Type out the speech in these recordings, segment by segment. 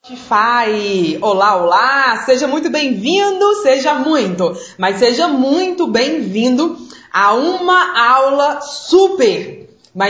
Spotify. Olá, olá, seja muito bem-vindo, seja muito bem-vindo a uma aula super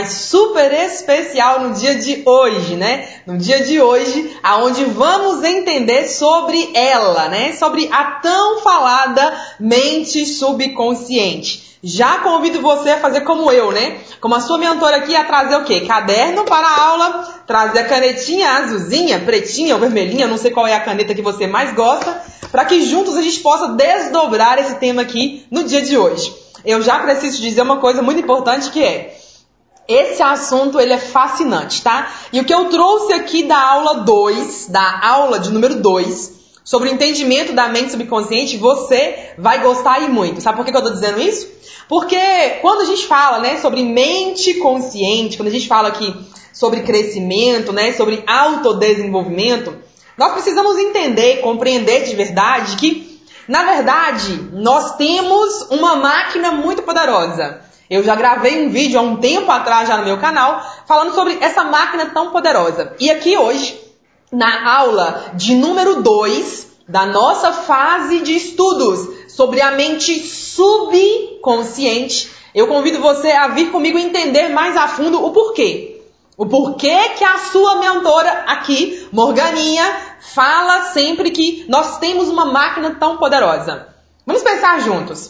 especial no dia de hoje, né? No dia de hoje, aonde vamos entender sobre ela, né? Sobre a tão falada mente subconsciente. Já convido você a fazer como eu, né? Como a sua mentora aqui, a trazer o quê? Caderno para a aula, trazer a canetinha azulzinha, pretinha ou vermelhinha, não sei qual é a caneta que você mais gosta, para que juntos a gente possa desdobrar esse tema aqui no dia de hoje. Eu já preciso dizer uma coisa muito importante que é, esse assunto ele é fascinante, tá? E o que eu trouxe aqui da aula 2, da aula de número 2, sobre o entendimento da mente subconsciente, você vai gostar e muito. Sabe por que eu tô dizendo isso? Porque quando a gente fala, né, sobre mente consciente, quando a gente fala aqui sobre crescimento, né, sobre autodesenvolvimento, nós precisamos entender, compreender de verdade que, na verdade, nós temos uma máquina muito poderosa. Eu já gravei um vídeo há um tempo atrás já no meu canal falando sobre essa máquina tão poderosa. E aqui hoje, na aula de número 2 da nossa fase de estudos sobre a mente subconsciente, eu convido você a vir comigo entender mais a fundo o porquê. O porquê que a sua mentora aqui, Morganinha, fala sempre que nós temos uma máquina tão poderosa. Vamos pensar juntos.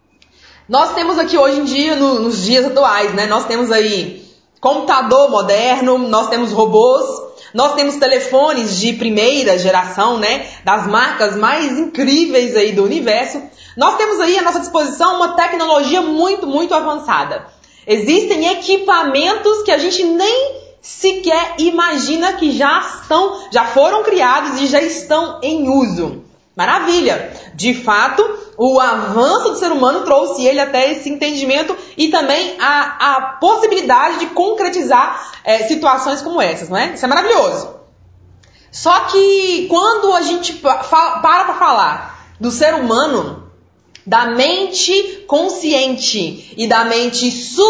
Nós temos aqui hoje em dia, nos dias atuais, né? Nós temos aí computador moderno, nós temos robôs, nós temos telefones de primeira geração, né? Das marcas mais incríveis aí do universo. Nós temos aí à nossa disposição uma tecnologia muito avançada. Existem equipamentos que a gente nem sequer imagina que já foram criados e já estão em uso. Maravilha! De fato, o avanço do ser humano trouxe ele até esse entendimento e também a possibilidade de concretizar situações como essas, não é? Isso é maravilhoso. Só que quando a gente para falar do ser humano, da mente consciente e da mente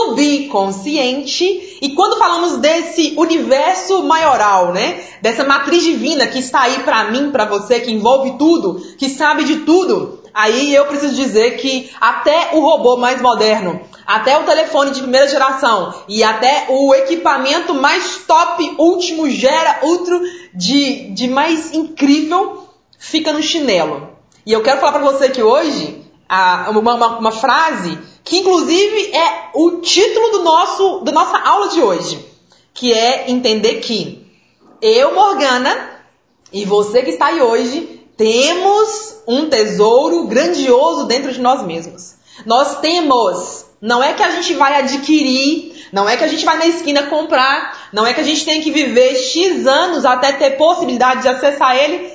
subconsciente, e quando falamos desse universo maioral, né? Dessa matriz divina que está aí para mim, para você, que envolve tudo, que sabe de tudo, aí eu preciso dizer que até o robô mais moderno, até o telefone de primeira geração e até o equipamento mais top, último, ultra de mais incrível, fica no chinelo. E eu quero falar para você que hoje uma frase que inclusive é o título da nossa aula de hoje, que é entender que eu, Morgana, e você que está aí hoje, temos um tesouro grandioso dentro de nós mesmos. Nós temos, não é que a gente vai adquirir, não é que a gente vai na esquina comprar, não é que a gente tem que viver X anos até ter possibilidade de acessar ele.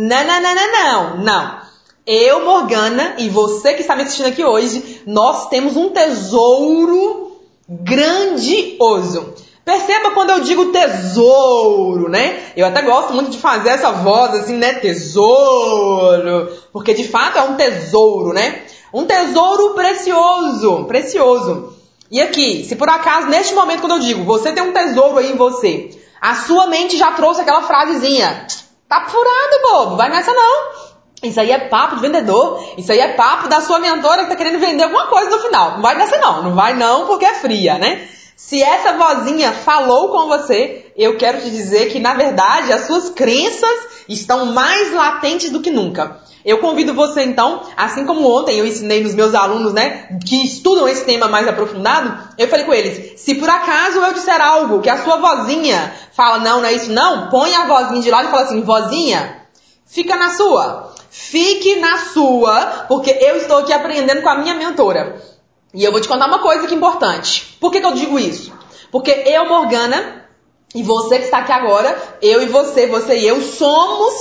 Não. Eu, Morgana, e você que está me assistindo aqui hoje, nós temos um tesouro grandioso. Perceba quando eu digo tesouro, né? Eu até gosto muito de fazer essa voz assim, né? Tesouro. Porque de fato é um tesouro, né? Um tesouro precioso. E aqui, se por acaso, neste momento quando eu digo, você tem um tesouro aí em você, a sua mente já trouxe aquela frasezinha. Tá furado, bobo, vai nessa não. Isso aí é papo de vendedor, isso aí é papo da sua mentora que tá querendo vender alguma coisa no final. Não vai nessa não vai não porque é fria, né? Se essa vozinha falou com você, eu quero te dizer que na verdade as suas crenças estão mais latentes do que nunca. Eu convido você então, assim como ontem eu ensinei nos meus alunos, né, que estudam esse tema mais aprofundado, eu falei com eles, se por acaso eu disser algo que a sua vozinha fala não é isso não, põe a vozinha de lado e fala assim, vozinha, fica na sua. Fique na sua, porque eu estou aqui aprendendo com a minha mentora. E eu vou te contar uma coisa que é importante. Por que eu digo isso? Porque eu, Morgana, e você que está aqui agora, eu e você e eu, somos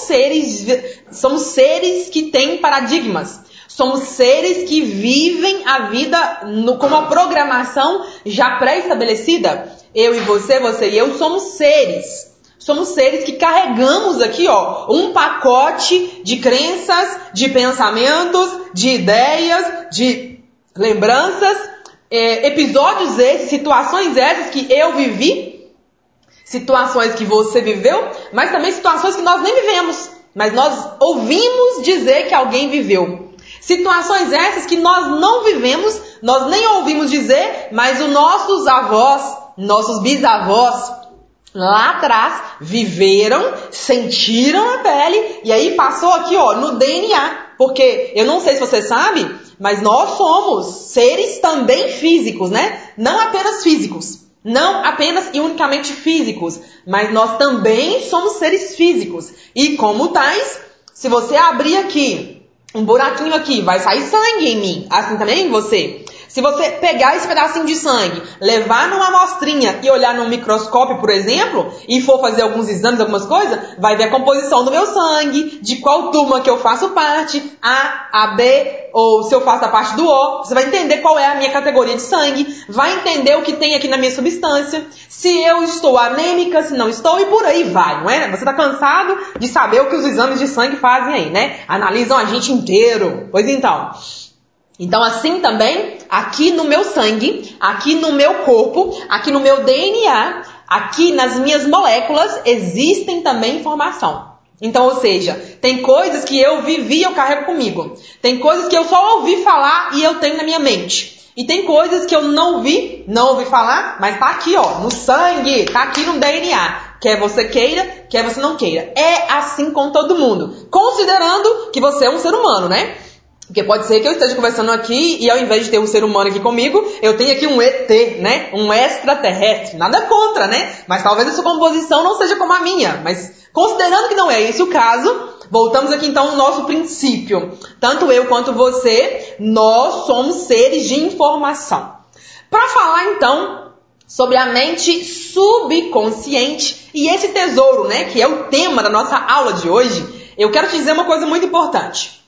seres que têm paradigmas. Somos seres que vivem a vida com uma programação já pré-estabelecida. Eu e você e eu somos seres. Somos seres que carregamos aqui, ó, um pacote de crenças, de pensamentos, de ideias, de lembranças, episódios esses, situações essas que eu vivi, Situações que você viveu, mas também situações que nós nem vivemos, mas nós ouvimos dizer que alguém viveu. Situações essas que nós não vivemos, nós nem ouvimos dizer, mas os nossos avós, nossos bisavós, lá atrás, viveram, sentiram a pele, e aí passou aqui, ó, no DNA. Porque, eu não sei se você sabe, mas nós somos seres também físicos, né? Não apenas físicos. Não apenas e unicamente físicos, mas nós também somos seres físicos. E como tais, se você abrir aqui, um buraquinho aqui, vai sair sangue em mim. Assim também em você. Se você pegar esse pedacinho de sangue, levar numa amostrinha e olhar num microscópio, por exemplo, e for fazer alguns exames, algumas coisas, vai ver a composição do meu sangue, de qual turma que eu faço parte, A, B, ou se eu faço a parte do O. Você vai entender qual é a minha categoria de sangue, vai entender o que tem aqui na minha substância, se eu estou anêmica, se não estou, e por aí vai, não é? Você está cansado de saber o que os exames de sangue fazem aí, né? Analisam a gente inteiro. Pois então assim também, aqui no meu sangue, aqui no meu corpo, aqui no meu DNA, aqui nas minhas moléculas, existem também informação. Então, ou seja, tem coisas que eu vivi e eu carrego comigo. Tem coisas que eu só ouvi falar e eu tenho na minha mente. E tem coisas que eu não ouvi falar, mas tá aqui, ó, no sangue, tá aqui no DNA. Quer você queira, quer você não queira. É assim com todo mundo. Considerando que você é um ser humano, né? Porque pode ser que eu esteja conversando aqui e ao invés de ter um ser humano aqui comigo, eu tenho aqui um ET, né? Um extraterrestre. Nada contra, né? Mas talvez a sua composição não seja como a minha. Mas considerando que não é esse o caso, voltamos aqui então ao nosso princípio. Tanto eu quanto você, nós somos seres de informação. Para falar então sobre a mente subconsciente e esse tesouro, né? Que é o tema da nossa aula de hoje, eu quero te dizer uma coisa muito importante.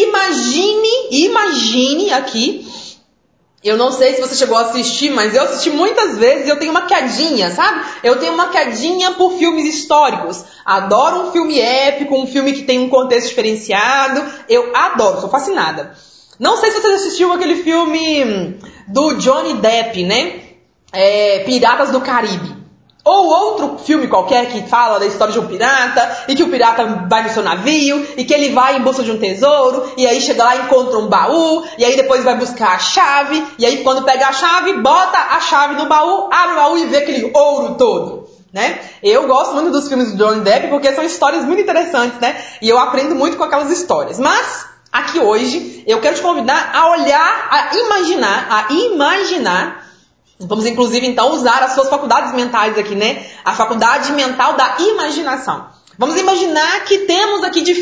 Imagine aqui, eu não sei se você chegou a assistir, mas eu assisti muitas vezes e eu tenho uma quedinha, sabe? Eu tenho uma quedinha por filmes históricos. Adoro um filme épico, um filme que tem um contexto diferenciado. Eu adoro, sou fascinada. Não sei se você assistiu aquele filme do Johnny Depp, né? Piratas do Caribe. Ou outro filme qualquer que fala da história de um pirata, e que o pirata vai no seu navio, e que ele vai em busca de um tesouro, e aí chega lá e encontra um baú, e aí depois vai buscar a chave, e aí quando pega a chave, bota a chave no baú, abre o baú e vê aquele ouro todo, né? Eu gosto muito dos filmes do Johnny Depp, porque são histórias muito interessantes, né? E eu aprendo muito com aquelas histórias. Mas, aqui hoje, eu quero te convidar a olhar, a imaginar. Vamos, inclusive, então, usar as suas faculdades mentais aqui, né? A faculdade mental da imaginação. Vamos imaginar que temos aqui de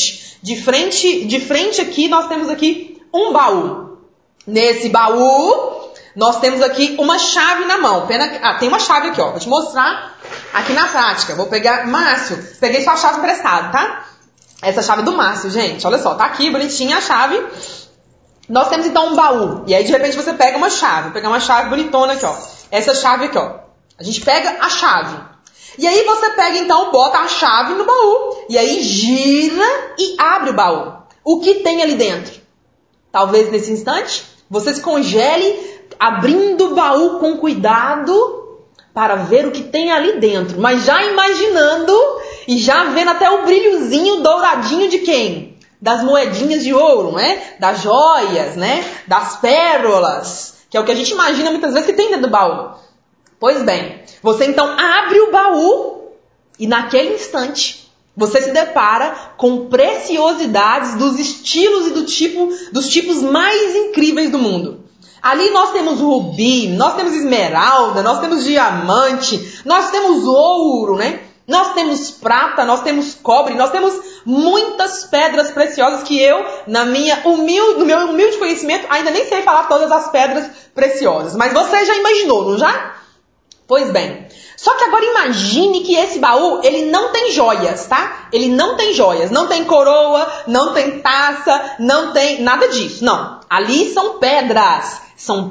frente aqui, nós temos aqui um baú. Nesse baú, nós temos aqui uma chave na mão. Tem uma chave aqui, ó. Vou te mostrar aqui na prática. Vou pegar, Márcio, peguei sua chave emprestada, tá? Essa chave do Márcio, gente. Olha só, tá aqui, bonitinha a chave. Nós temos então um baú, e aí de repente você pega uma chave, vou pegar uma chave bonitona aqui, ó. Essa chave aqui, ó. A gente pega a chave. E aí você pega então, bota a chave no baú, e aí gira e abre o baú. O que tem ali dentro? Talvez nesse instante você se congele abrindo o baú com cuidado para ver o que tem ali dentro, mas já imaginando e já vendo até o brilhozinho douradinho de quem? Das moedinhas de ouro, né? Das joias, né? Das pérolas, que é o que a gente imagina muitas vezes que tem dentro do baú. Pois bem, você então abre o baú e naquele instante você se depara com preciosidades dos estilos e dos tipos mais incríveis do mundo. Ali nós temos rubi, nós temos esmeralda, nós temos diamante, nós temos ouro, né? Nós temos prata, nós temos cobre, nós temos muitas pedras preciosas que eu, no meu humilde conhecimento, ainda nem sei falar todas as pedras preciosas. Mas você já imaginou, não já? Pois bem. Só que agora imagine que esse baú, ele não tem joias, tá? Ele não tem joias, não tem coroa, não tem taça, não tem nada disso, não. Ali são pedras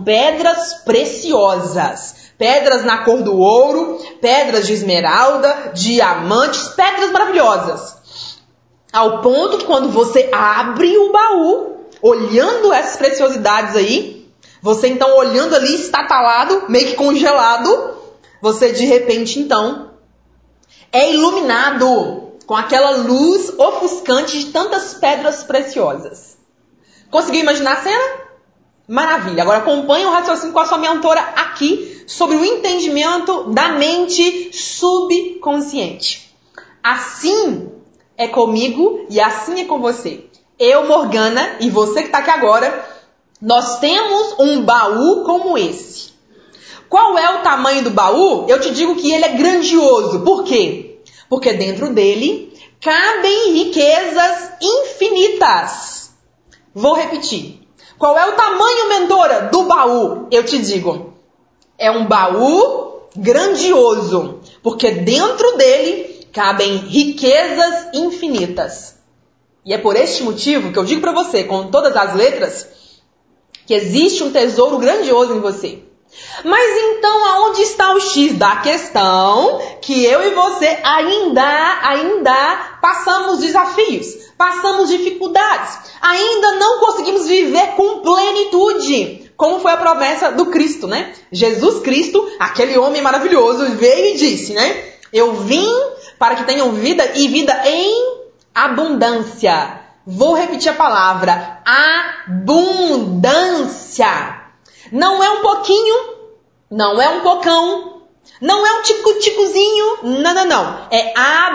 preciosas. Pedras na cor do ouro, pedras de esmeralda, diamantes, pedras maravilhosas. Ao ponto que quando você abre o baú, olhando essas preciosidades aí, você então olhando ali, estatalado, meio que congelado, você de repente, então, é iluminado com aquela luz ofuscante de tantas pedras preciosas. Conseguiu imaginar a cena? Maravilha. Agora acompanhe o raciocínio com a sua mentora aqui sobre o entendimento da mente subconsciente. Assim é comigo e assim é com você. Eu, Morgana, e você que está aqui agora, nós temos um baú como esse. Qual é o tamanho do baú? Eu te digo que ele é grandioso. Por quê? Porque dentro dele cabem riquezas infinitas. Vou repetir. Qual é o tamanho, mentora, do baú? Eu te digo, é um baú grandioso, porque dentro dele cabem riquezas infinitas. E é por este motivo que eu digo para você, com todas as letras, que existe um tesouro grandioso em você. Mas então, aonde está o X da questão? Que eu e você ainda passamos desafios, passamos dificuldades, ainda não conseguimos viver com plenitude, como foi a promessa do Cristo, né? Jesus Cristo, aquele homem maravilhoso, veio e disse, né? Eu vim para que tenham vida e vida em abundância. Vou repetir a palavra, abundância. Não é um pouquinho, não é um pocão, não é um tico-ticozinho, não. É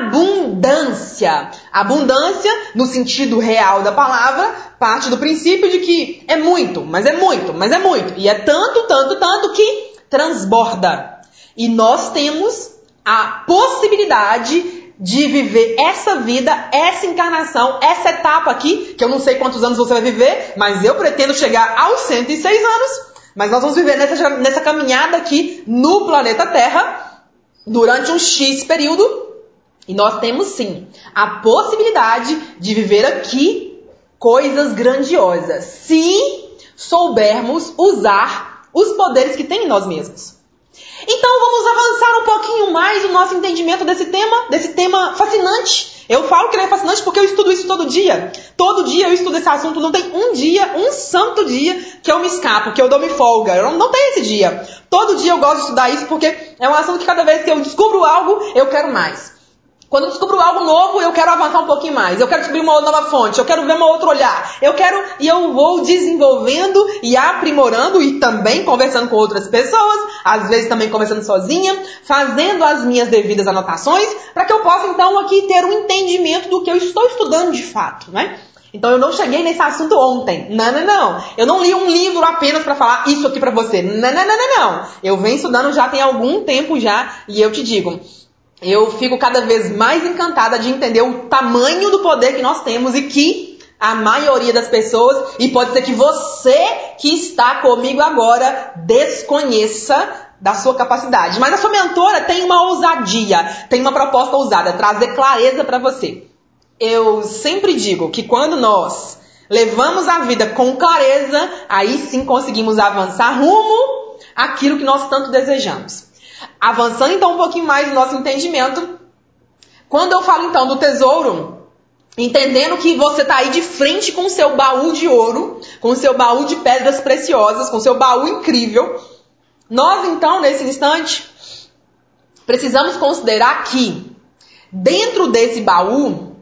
abundância. Abundância, no sentido real da palavra, parte do princípio de que é muito, mas é muito, mas é muito. E é tanto que transborda. E nós temos a possibilidade de viver essa vida, essa encarnação, essa etapa aqui, que eu não sei quantos anos você vai viver, mas eu pretendo chegar aos 106 anos. Mas nós vamos viver nessa caminhada aqui no planeta Terra durante um X período. E nós temos sim a possibilidade de viver aqui coisas grandiosas, se soubermos usar os poderes que tem em nós mesmos. Então vamos avançar um pouquinho mais o nosso entendimento desse tema fascinante. Eu falo que ele é fascinante porque eu estudo isso todo dia. Todo dia eu estudo esse assunto. Não tem um santo dia que eu me escapo, que eu dou-me folga. Eu não tenho esse dia. Todo dia eu gosto de estudar isso porque é um assunto que cada vez que eu descubro algo, eu quero mais. Quando eu descubro algo novo, eu quero avançar um pouquinho mais. Eu quero descobrir uma nova fonte. Eu quero ver um outro olhar. Eu vou desenvolvendo e aprimorando e também conversando com outras pessoas. Às vezes também conversando sozinha. Fazendo as minhas devidas anotações. Para que eu possa então aqui ter um entendimento do que eu estou estudando de fato, né? Então eu não cheguei nesse assunto ontem. Não. Eu não li um livro apenas para falar isso aqui para você. Não. Eu venho estudando já tem algum tempo já. E eu te digo, eu fico cada vez mais encantada de entender o tamanho do poder que nós temos e que a maioria das pessoas, e pode ser que você que está comigo agora, desconheça da sua capacidade. Mas a sua mentora tem uma ousadia, tem uma proposta ousada, trazer clareza para você. Eu sempre digo que quando nós levamos a vida com clareza, aí sim conseguimos avançar rumo àquilo que nós tanto desejamos. Avançando então um pouquinho mais no nosso entendimento, quando eu falo então do tesouro, entendendo que você está aí de frente com o seu baú de ouro, com o seu baú de pedras preciosas, com o seu baú incrível, nós então nesse instante precisamos considerar que dentro desse baú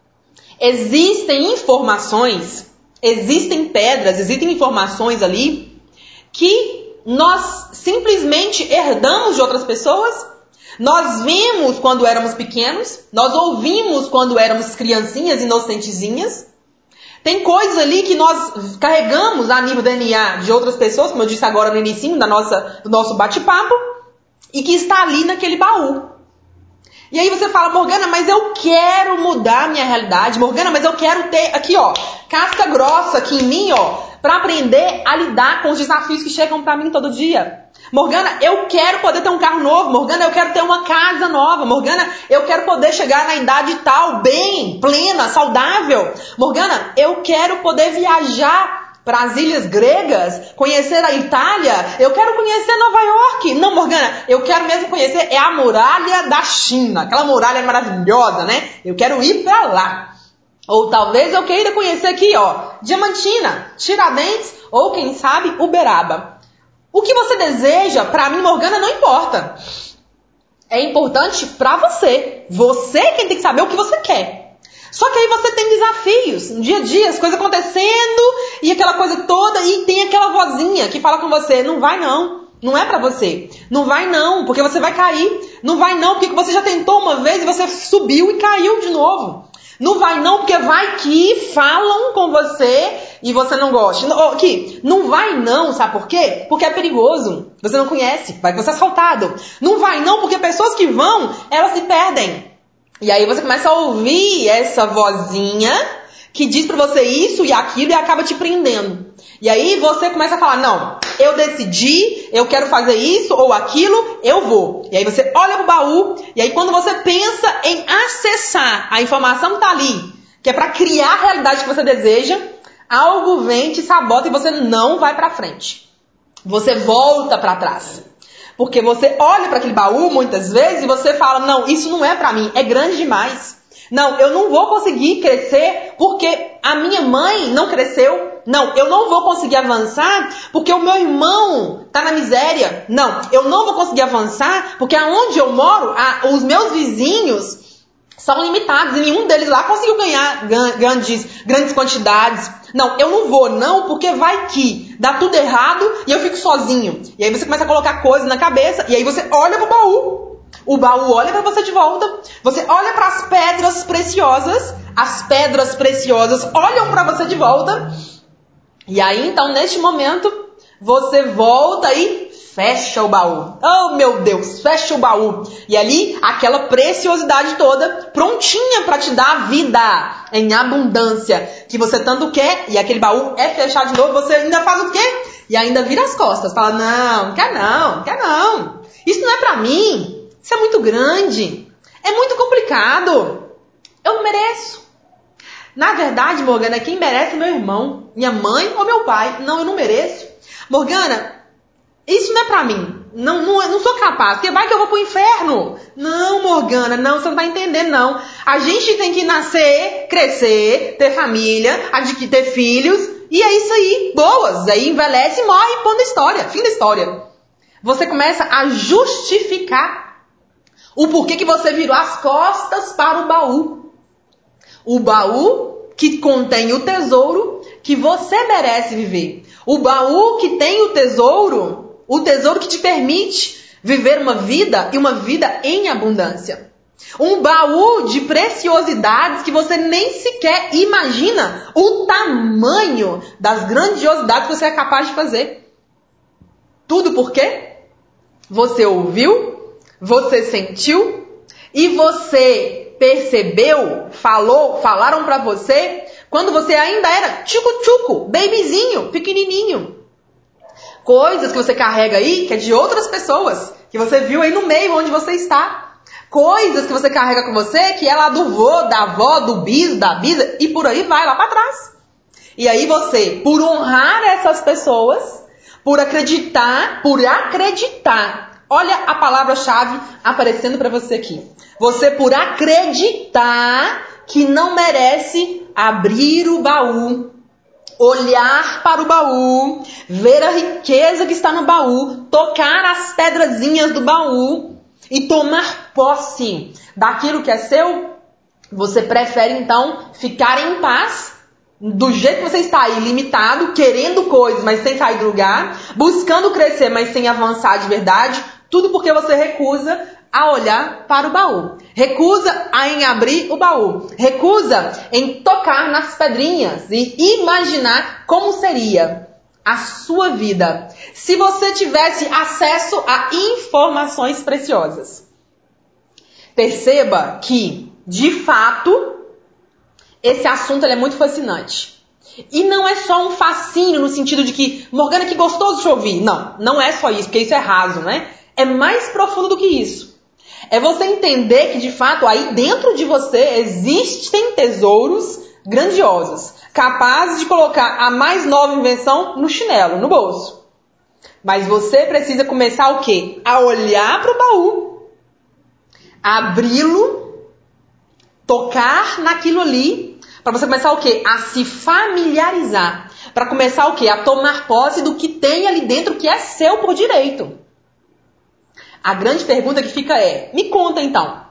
existem informações, existem pedras, existem informações ali que nós simplesmente herdamos de outras pessoas. Nós vimos quando éramos pequenos, nós ouvimos quando éramos criancinhas inocentezinhas. Tem coisas ali que nós carregamos a nível DNA de outras pessoas, como eu disse agora no início do nosso bate-papo, e que está ali naquele baú. E aí você fala, Morgana, mas eu quero mudar a minha realidade. Morgana, mas eu quero ter aqui, ó, casca grossa aqui em mim, ó, para aprender a lidar com os desafios que chegam para mim todo dia. Morgana, eu quero poder ter um carro novo. Morgana, eu quero ter uma casa nova. Morgana, eu quero poder chegar na idade tal, bem, plena, saudável. Morgana, eu quero poder viajar para as ilhas gregas, conhecer a Itália. Eu quero conhecer Nova York. Não, Morgana, eu quero mesmo conhecer a muralha da China. Aquela muralha maravilhosa, né? Eu quero ir para lá. Ou talvez eu queira conhecer aqui, ó, Diamantina, Tiradentes ou quem sabe Uberaba. O que você deseja, para mim, Morgana, não importa. é importante pra você. Você é quem tem que saber o que você quer. Só que aí você tem desafios, no dia a dia, as coisas acontecendo e aquela coisa toda, e tem aquela vozinha que fala com você, não vai não, não é pra você. Não vai não, porque você vai cair. Não vai não, porque você já tentou uma vez e você subiu e caiu de novo. Não vai não, porque vai que falam com você e você não gosta. Não vai não, sabe por quê? Porque é perigoso. Você não conhece, vai que você é assaltado. Não vai não, porque pessoas que vão, elas se perdem. E aí você começa a ouvir essa vozinha que diz pra você isso e aquilo e acaba te prendendo. E aí você começa a falar, não, eu decidi, eu quero fazer isso ou aquilo, eu vou. E aí você olha pro baú, e aí quando você pensa em acessar a informação que tá ali, que é pra criar a realidade que você deseja, algo vem, te sabota e você não vai pra frente. Você volta pra trás. Porque você olha para aquele baú muitas vezes e você fala, não, isso não é para mim, é grande demais. Não, eu não vou conseguir crescer porque a minha mãe não cresceu. Não, eu não vou conseguir avançar porque o meu irmão está na miséria. Não, eu não vou conseguir avançar porque aonde eu moro, os meus vizinhos são limitados e nenhum deles lá conseguiu ganhar grandes quantidades. Não, eu não vou não, porque vai que dá tudo errado e eu fico sozinho. E aí você começa a colocar coisas na cabeça e aí você olha pro baú. O baú olha para você de volta. Você olha para as pedras preciosas. As pedras preciosas olham para você de volta. E aí então neste momento você volta e fecha o baú. Oh meu Deus, fecha o baú. E ali aquela preciosidade toda prontinha para te dar a vida em abundância que você tanto quer. E aquele baú é fechado de novo. Você ainda faz o quê? E ainda vira as costas. Fala, não quer não. Isso não é para mim. Isso é muito grande. É muito complicado. Eu não mereço. Na verdade, Morgana, quem merece é meu irmão, minha mãe ou meu pai. Não, eu não mereço. Morgana, isso não é pra mim. Não sou capaz. Porque vai que eu vou pro inferno. Não, Morgana, não, você não tá entendendo, não. A gente tem que nascer, crescer, ter família, ter filhos. E é isso aí. Boas. Aí envelhece e morre, ponto da história. Fim da história. Você começa a justificar o porquê que você virou as costas para o baú. O baú que contém o tesouro que você merece viver. O baú que tem o tesouro que te permite viver uma vida e uma vida em abundância. Um baú de preciosidades que você nem sequer imagina o tamanho das grandiosidades que você é capaz de fazer. Tudo por quê? Você ouviu? Você sentiu e você percebeu, falaram pra você quando você ainda era tchucu-tchucu, babyzinho, pequenininho. Coisas que você carrega aí, que é de outras pessoas, que você viu aí no meio onde você está. Coisas que você carrega com você, que é lá do vô, da avó, do bis, da bisa, e por aí vai, lá pra trás. E aí você, por honrar essas pessoas, por acreditar, olha a palavra-chave aparecendo para você aqui. Você por acreditar que não merece abrir o baú, olhar para o baú, ver a riqueza que está no baú, tocar as pedrazinhas do baú e tomar posse daquilo que é seu, você prefere então ficar em paz do jeito que você está aí, limitado, querendo coisas, mas sem sair do lugar, buscando crescer, mas sem avançar de verdade. Tudo porque você recusa a olhar para o baú. Recusa em abrir o baú. Recusa em tocar nas pedrinhas e imaginar como seria a sua vida se você tivesse acesso a informações preciosas. Perceba que, de fato, esse assunto é muito fascinante. E não é só um fascínio no sentido de que, Morgana, que gostoso te ouvir. Não, não é só isso, porque isso é raso, né? É mais profundo do que isso. É você entender que, de fato, aí dentro de você existem tesouros grandiosos, capazes de colocar a mais nova invenção no chinelo, no bolso. Mas você precisa começar o quê? A olhar para o baú, abri-lo, tocar naquilo ali, para você começar o quê? A se familiarizar. Para começar o quê? A tomar posse do que tem ali dentro que é seu por direito. A grande pergunta que fica é, me conta então,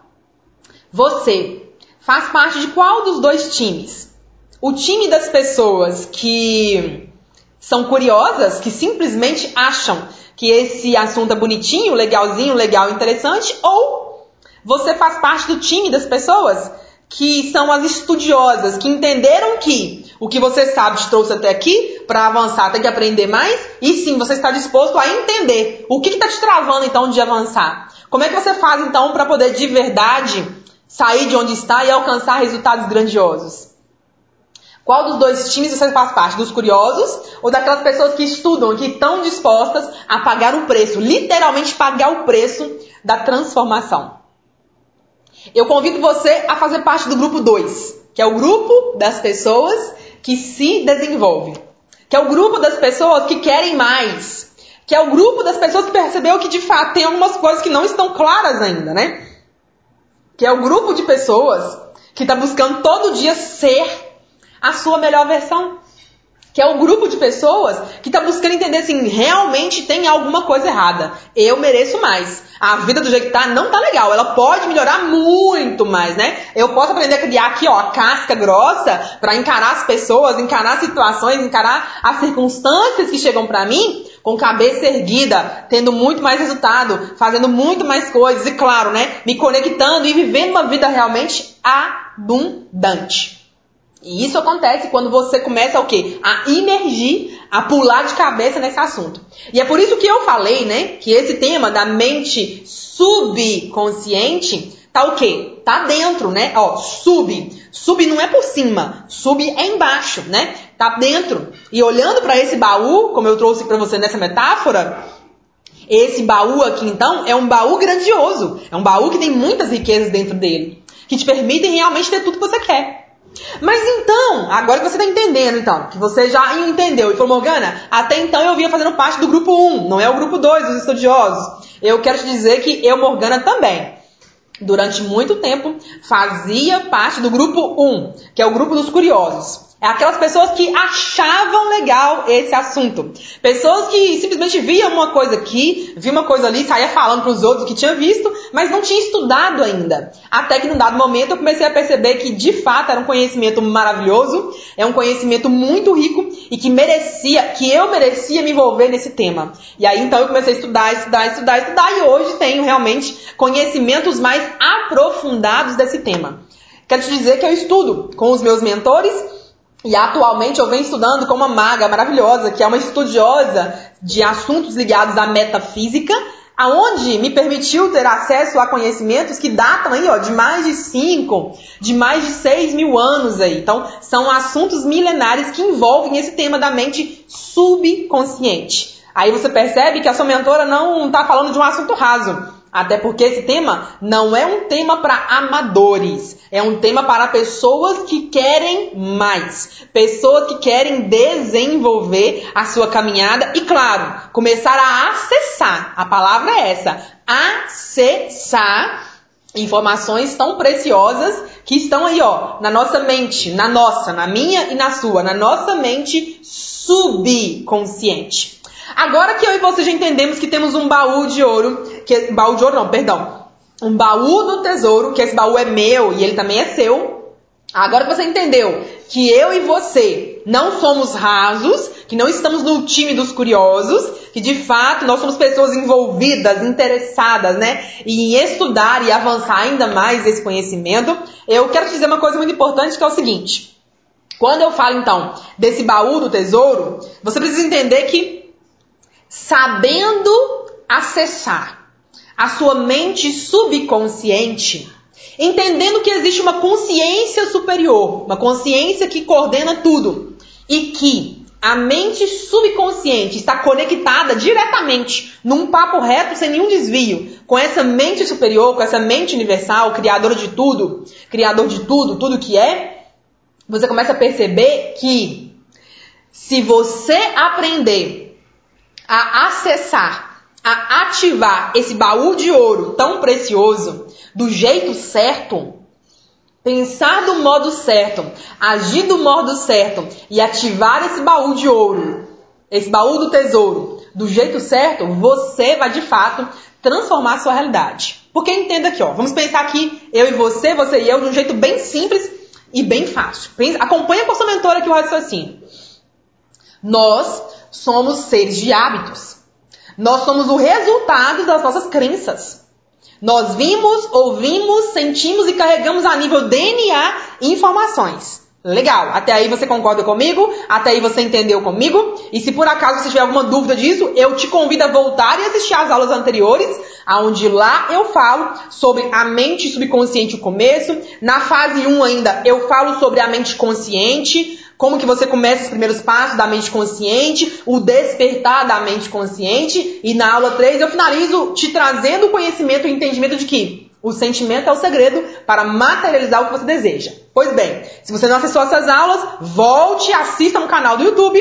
você faz parte de qual dos dois times? O time das pessoas que são curiosas, que simplesmente acham que esse assunto é bonitinho, legalzinho, legal, interessante, ou você faz parte do time das pessoas que são as estudiosas, que entenderam que o que você sabe te trouxe até aqui, para avançar tem que aprender mais, e sim, você está disposto a entender o que está te travando então de avançar. Como é que você faz então para poder de verdade sair de onde está e alcançar resultados grandiosos? Qual dos dois times você faz parte? Dos curiosos ou daquelas pessoas que estudam, que estão dispostas a pagar o preço, literalmente pagar o preço da transformação? Eu convido você a fazer parte do grupo 2, que é o grupo das pessoas que se desenvolvem, que é o grupo das pessoas que querem mais, que é o grupo das pessoas que percebeu que de fato tem algumas coisas que não estão claras ainda, né? Que é o grupo de pessoas que está buscando todo dia ser a sua melhor versão. Que é o grupo de pessoas que está buscando entender assim, realmente tem alguma coisa errada. Eu mereço mais. A vida do jeito que tá não tá legal. Ela pode melhorar muito mais, né? Eu posso aprender a criar aqui, ó, a casca grossa para encarar as pessoas, encarar as situações, encarar as circunstâncias que chegam para mim com cabeça erguida, tendo muito mais resultado, fazendo muito mais coisas e, claro, né, me conectando e vivendo uma vida realmente abundante. E isso acontece quando você começa o quê? A imergir, a pular de cabeça nesse assunto. E é por isso que eu falei, né, que esse tema da mente subconsciente tá o quê? Tá dentro, né? Ó, sub não é por cima, sub é embaixo, né? Tá dentro. E olhando para esse baú, como eu trouxe para você nessa metáfora, esse baú aqui então é um baú grandioso, é um baú que tem muitas riquezas dentro dele, que te permitem realmente ter tudo que você quer. Mas então, agora que você está entendendo, então, que você já entendeu e falou, Morgana, até então eu vinha fazendo parte do grupo 1, não é o grupo 2 dos estudiosos. Eu quero te dizer que eu, Morgana, também, durante muito tempo, fazia parte do grupo 1, que é o grupo dos curiosos. É aquelas pessoas que achavam legal esse assunto. Pessoas que simplesmente viam uma coisa aqui, via uma coisa ali, saía falando para os outros que tinha visto, mas não tinha estudado ainda. Até que num dado momento eu comecei a perceber que de fato era um conhecimento maravilhoso, é um conhecimento muito rico e que eu merecia me envolver nesse tema. E aí então eu comecei a estudar e hoje tenho realmente conhecimentos mais aprofundados desse tema. Quero te dizer que eu estudo com os meus mentores. E atualmente eu venho estudando com uma maga maravilhosa, que é uma estudiosa de assuntos ligados à metafísica, aonde me permitiu ter acesso a conhecimentos que datam aí, ó, de mais de 5, de mais de 6 mil anos aí. Então, são assuntos milenares que envolvem esse tema da mente subconsciente. Aí você percebe que a sua mentora não está falando de um assunto raso. Até porque esse tema não é um tema para amadores, é um tema para pessoas que querem mais, pessoas que querem desenvolver a sua caminhada e, claro, começar a acessar, a palavra é essa, acessar informações tão preciosas que estão aí, ó, na nossa mente, na minha e na sua, na nossa mente subconsciente. Agora que eu e você já entendemos que temos um baú de ouro, um baú do tesouro, que esse baú é meu e ele também é seu. Agora que você entendeu que eu e você não somos rasos, que não estamos no time dos curiosos, que de fato nós somos pessoas envolvidas, interessadas, né, em estudar e avançar ainda mais esse conhecimento, eu quero te dizer uma coisa muito importante, que é o seguinte. Quando eu falo então desse baú do tesouro, você precisa entender que sabendo acessar a sua mente subconsciente, entendendo que existe uma consciência superior, uma consciência que coordena tudo e que a mente subconsciente está conectada diretamente num papo reto, sem nenhum desvio, com essa mente superior, com essa mente universal, criador de tudo, tudo que é, você começa a perceber que se você aprender a acessar, a ativar esse baú de ouro tão precioso do jeito certo, pensar do modo certo, agir do modo certo e ativar esse baú de ouro, esse baú do tesouro do jeito certo, você vai de fato transformar a sua realidade. Porque entenda aqui, ó, vamos pensar aqui, eu e você e eu, de um jeito bem simples e bem fácil. Acompanha com a sua mentora aqui o raciocínio. Nós somos seres de hábitos. Nós somos o resultado das nossas crenças. Nós vimos, ouvimos, sentimos e carregamos a nível DNA informações. Legal, até aí você concorda comigo? Até aí você entendeu comigo? E se por acaso você tiver alguma dúvida disso, eu te convido a voltar e assistir às aulas anteriores, onde lá eu falo sobre a mente subconsciente no começo. Na fase 1 ainda, eu falo sobre a mente consciente, como que você começa os primeiros passos da mente consciente, o despertar da mente consciente. E na aula 3 eu finalizo te trazendo o conhecimento e entendimento de que o sentimento é o segredo para materializar o que você deseja. Pois bem, se você não acessou essas aulas, volte e assista no canal do YouTube,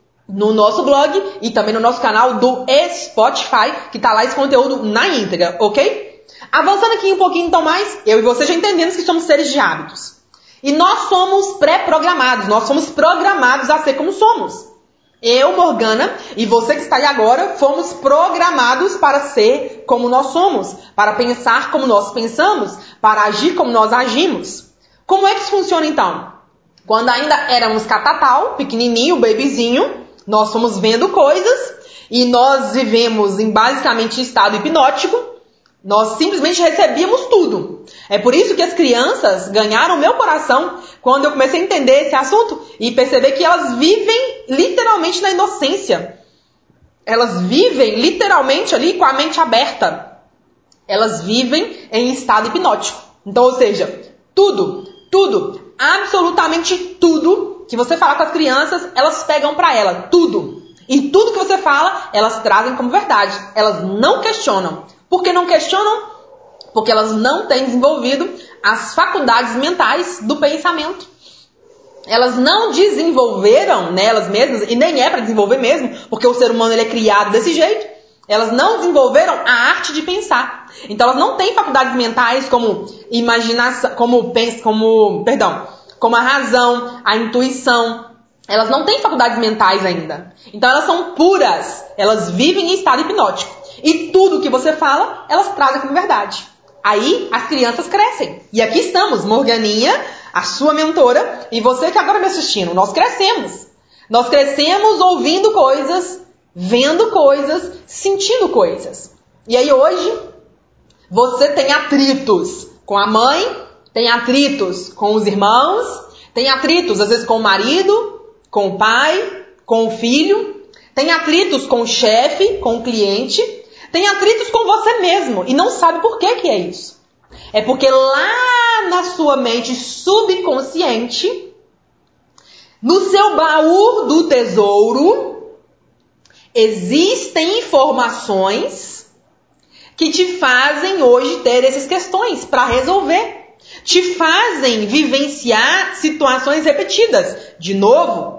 no nosso blog e também no nosso canal do Spotify, que tá lá esse conteúdo na íntegra, ok? Avançando aqui um pouquinho então mais, eu e você já entendemos que somos seres de hábitos. E nós somos pré-programados, nós somos programados a ser como somos. Eu, Morgana, e você que está aí agora, fomos programados para ser como nós somos, para pensar como nós pensamos, para agir como nós agimos. Como é que isso funciona então? Quando ainda éramos catatal, pequenininho, bebezinho, nós fomos vendo coisas e nós vivemos em basicamente estado hipnótico. Nós simplesmente recebíamos tudo. É por isso que as crianças ganharam meu coração quando eu comecei a entender esse assunto e perceber que elas vivem literalmente na inocência. Elas vivem literalmente ali com a mente aberta. Elas vivem em estado hipnótico. Então, ou seja, tudo, absolutamente tudo que você fala com as crianças, elas pegam pra ela, tudo. E tudo que você fala, elas trazem como verdade. Elas não questionam. Por que não questionam? Porque elas não têm desenvolvido as faculdades mentais do pensamento. Elas não desenvolveram nelas mesmas, e nem é para desenvolver mesmo, porque o ser humano ele é criado desse jeito. Elas não desenvolveram a arte de pensar. Então elas não têm faculdades mentais como imaginação, como a razão, a intuição. Elas não têm faculdades mentais ainda. Então elas são puras. Elas vivem em estado hipnótico. E tudo que você fala, elas trazem como verdade. Aí as crianças crescem. E aqui estamos, Morganinha, a sua mentora, e você que agora me assistindo. Nós crescemos. Nós crescemos ouvindo coisas, vendo coisas, sentindo coisas. E aí hoje, você tem atritos com a mãe, tem atritos com os irmãos, tem atritos às vezes com o marido, com o pai, com o filho, tem atritos com o chefe, com o cliente, tem atritos com você mesmo e não sabe por que é isso. É porque lá na sua mente subconsciente, no seu baú do tesouro, existem informações que te fazem hoje ter essas questões para resolver. Te fazem vivenciar situações repetidas. De novo.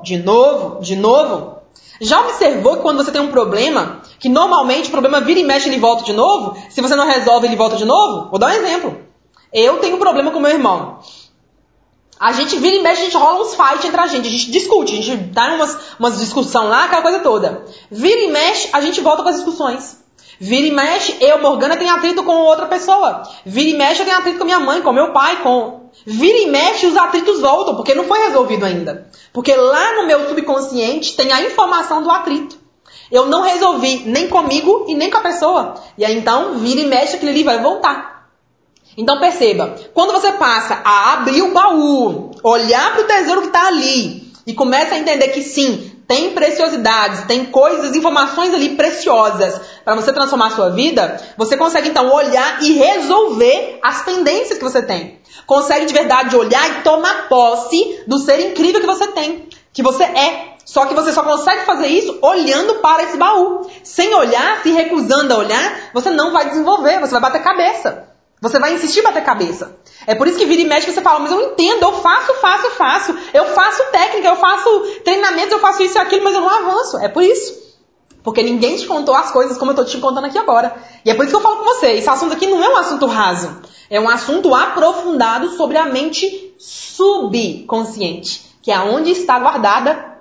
Já observou que quando você tem um problema, que normalmente o problema vira e mexe e ele volta de novo? Se você não resolve, ele volta de novo? Vou dar um exemplo. Eu tenho um problema com meu irmão. A gente vira e mexe, a gente rola uns fight entre a gente discute, a gente dá umas discussão lá, aquela coisa toda. Vira e mexe, a gente volta com as discussões. Vira e mexe, eu, Morgana, tenho atrito com outra pessoa. Vira e mexe, eu tenho atrito com minha mãe, com meu pai, Vira e mexe, os atritos voltam, porque não foi resolvido ainda. Porque lá no meu subconsciente tem a informação do atrito. Eu não resolvi nem comigo e nem com a pessoa. E aí então, vira e mexe, aquilo ali vai voltar. Então perceba, quando você passa a abrir o baú, olhar para o tesouro que está ali e começa a entender que sim, tem preciosidades, tem coisas, informações ali preciosas para você transformar a sua vida, você consegue então olhar e resolver as pendências que você tem. Consegue de verdade olhar e tomar posse do ser incrível que você tem, que você é. Só que você só consegue fazer isso olhando para esse baú. Sem olhar, se recusando a olhar, você não vai desenvolver, você vai bater cabeça. Você vai insistir em bater cabeça. É por isso que vira e mexe você fala, mas eu entendo, eu faço. Eu faço técnica, eu faço treinamentos, eu faço isso e aquilo, mas eu não avanço. É por isso. Porque ninguém te contou as coisas como eu estou te contando aqui agora. E é por isso que eu falo com você, esse assunto aqui não é um assunto raso. É um assunto aprofundado sobre a mente subconsciente. Que é onde está guardada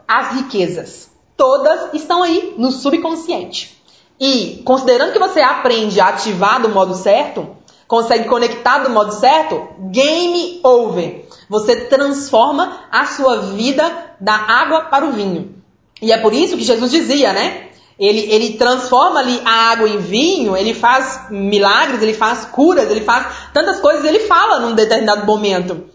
as riquezas. Todas estão aí no subconsciente. E, considerando que você aprende a ativar do modo certo, consegue conectar do modo certo, game over. Você transforma a sua vida da água para o vinho. E é por isso que Jesus dizia, né? Ele transforma ali a água em vinho, ele faz milagres, ele faz curas, ele faz tantas coisas, ele fala num determinado momento.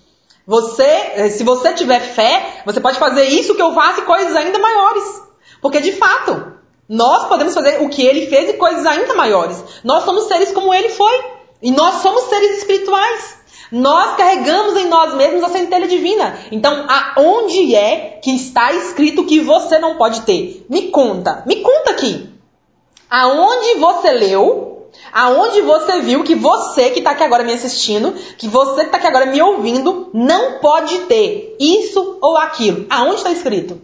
Se você tiver fé, você pode fazer isso que eu faço e coisas ainda maiores. Porque de fato, nós podemos fazer o que ele fez e coisas ainda maiores. Nós somos seres como ele foi. E nós somos seres espirituais. Nós carregamos em nós mesmos a centelha divina. Então, aonde é que está escrito que você não pode ter? Me conta aqui. Aonde você leu, aonde você viu que você que está aqui agora me assistindo, que você que está aqui agora me ouvindo, não pode ter isso ou aquilo? Aonde está escrito?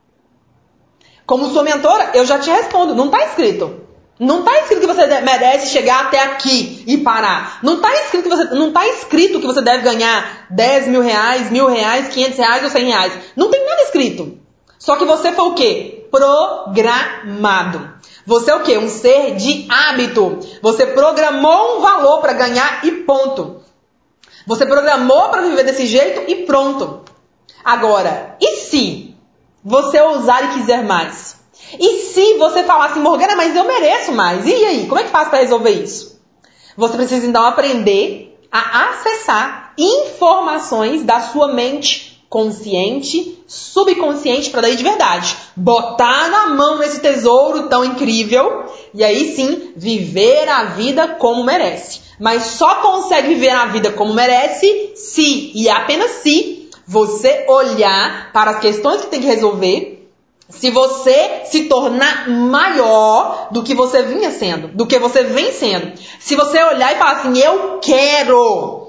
Como sua mentora, eu já te respondo, não está escrito. Não está escrito que você merece chegar até aqui e parar. Não está escrito que você deve ganhar 10 mil reais, 1.000 reais, 500 reais ou 100 reais. Não tem nada escrito. Só que você foi o quê? Programado. Você é o quê? Um ser de hábito. Você programou um valor para ganhar e ponto. Você programou para viver desse jeito e pronto. Agora, e se você ousar e quiser mais? E se você falar assim, Morgana, mas eu mereço mais. E aí, como é que faz para resolver isso? Você precisa então aprender a acessar informações da sua mente consciente, subconsciente, para daí de verdade botar na mão esse tesouro tão incrível e aí sim viver a vida como merece. Mas só consegue viver a vida como merece se, e apenas se, você olhar para as questões que tem que resolver. Se você se tornar maior do que você vinha sendo, do que você vem sendo. Se você olhar e falar assim, eu quero,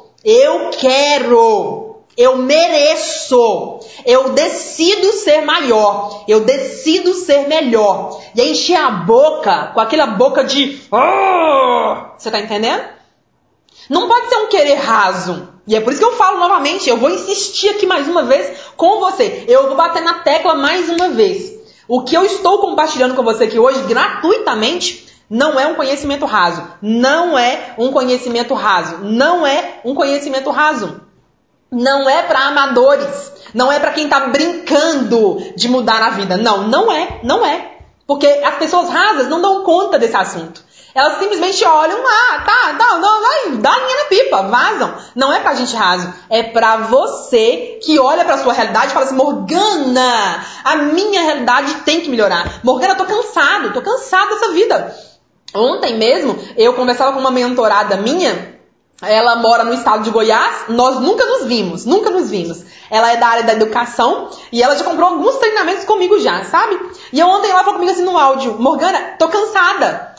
eu mereço, eu decido ser maior, eu decido ser melhor. E aí encher a boca com aquela boca de... Você tá entendendo? Não pode ser um querer raso. E é por isso que eu falo novamente, eu vou insistir aqui mais uma vez com você. Eu vou bater na tecla mais uma vez. O que eu estou compartilhando com você aqui hoje, gratuitamente, não é um conhecimento raso. Não é um conhecimento raso. Não é um conhecimento raso. Não é para amadores. Não é para quem está brincando de mudar a vida. Não é. Porque as pessoas rasas não dão conta desse assunto. Elas simplesmente olham, vai, dá linha na pipa, vazam. Não é pra gente raso, é pra você que olha pra sua realidade e fala assim, Morgana, a minha realidade tem que melhorar. Morgana, tô cansado dessa vida. Ontem mesmo, eu conversava com uma mentorada minha, ela mora no estado de Goiás, nós nunca nos vimos. Ela é da área da educação e ela já comprou alguns treinamentos comigo já, sabe? E ontem ela falou comigo assim no áudio, Morgana, tô cansada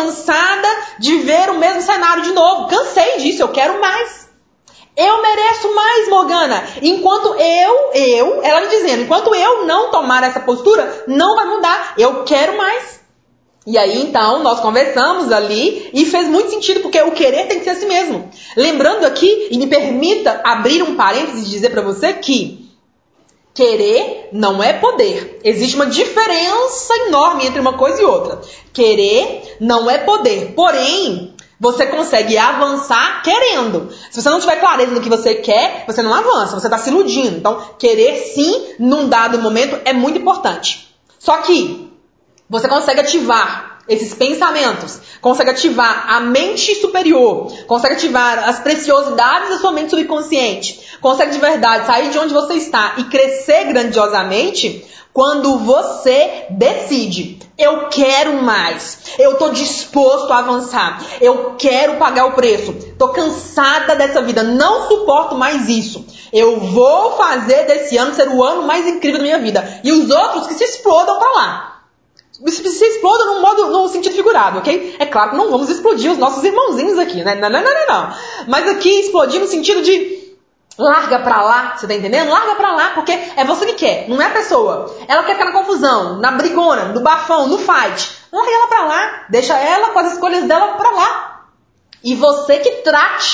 de ver o mesmo cenário de novo. Cansei disso, eu quero mais. Eu mereço mais, Morgana. Enquanto ela me dizendo, enquanto eu não tomar essa postura, não vai mudar. Eu quero mais. E aí, então, nós conversamos ali e fez muito sentido, porque o querer tem que ser assim mesmo. Lembrando aqui, e me permita abrir um parênteses e dizer para você que querer não é poder. Existe uma diferença enorme entre uma coisa e outra. Querer não é poder. Porém, você consegue avançar querendo. Se você não tiver clareza no que você quer, você não avança, você está se iludindo. Então, querer sim, num dado momento, é muito importante. Só que você consegue ativar esses pensamentos, consegue ativar a mente superior, consegue ativar as preciosidades da sua mente subconsciente, consegue de verdade sair de onde você está e crescer grandiosamente quando você decide, eu quero mais, eu estou disposto a avançar, eu quero pagar o preço, estou cansada dessa vida, não suporto mais isso, eu vou fazer desse ano ser o ano mais incrível da minha vida, e os outros que se explodam para lá. Se exploda num sentido figurado, ok? É claro que não vamos explodir os nossos irmãozinhos aqui, né? Não. Mas aqui explodir no sentido de larga pra lá, você tá entendendo? Larga pra lá, porque é você que quer, não é a pessoa. Ela quer ficar na confusão, na brigona, no bafão, no fight. Larga ela pra lá, deixa ela com as escolhas dela pra lá. E você que trate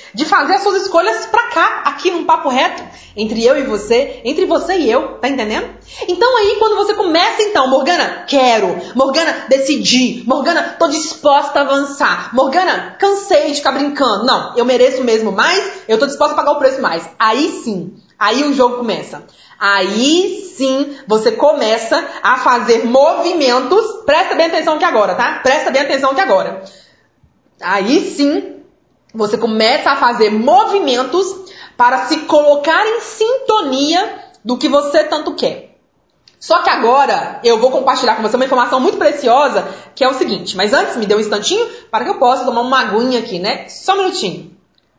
de fazer as suas escolhas pra cá, aqui num papo reto, entre eu e você, entre você e eu, tá entendendo? Então aí, quando você começa então, Morgana, quero, Morgana, decidi, Morgana, tô disposta a avançar, Morgana, cansei de ficar brincando, não, eu mereço mesmo mais, eu tô disposta a pagar o preço mais. Aí sim, aí o jogo começa. Aí sim, você começa a fazer movimentos, presta bem atenção aqui agora, tá? Presta bem atenção aqui agora. Aí sim, você começa a fazer movimentos para se colocar em sintonia do que você tanto quer. Só que agora eu vou compartilhar com você uma informação muito preciosa, que é o seguinte. Mas antes, me dê um instantinho para que eu possa tomar uma aguinha aqui, né? Só um minutinho.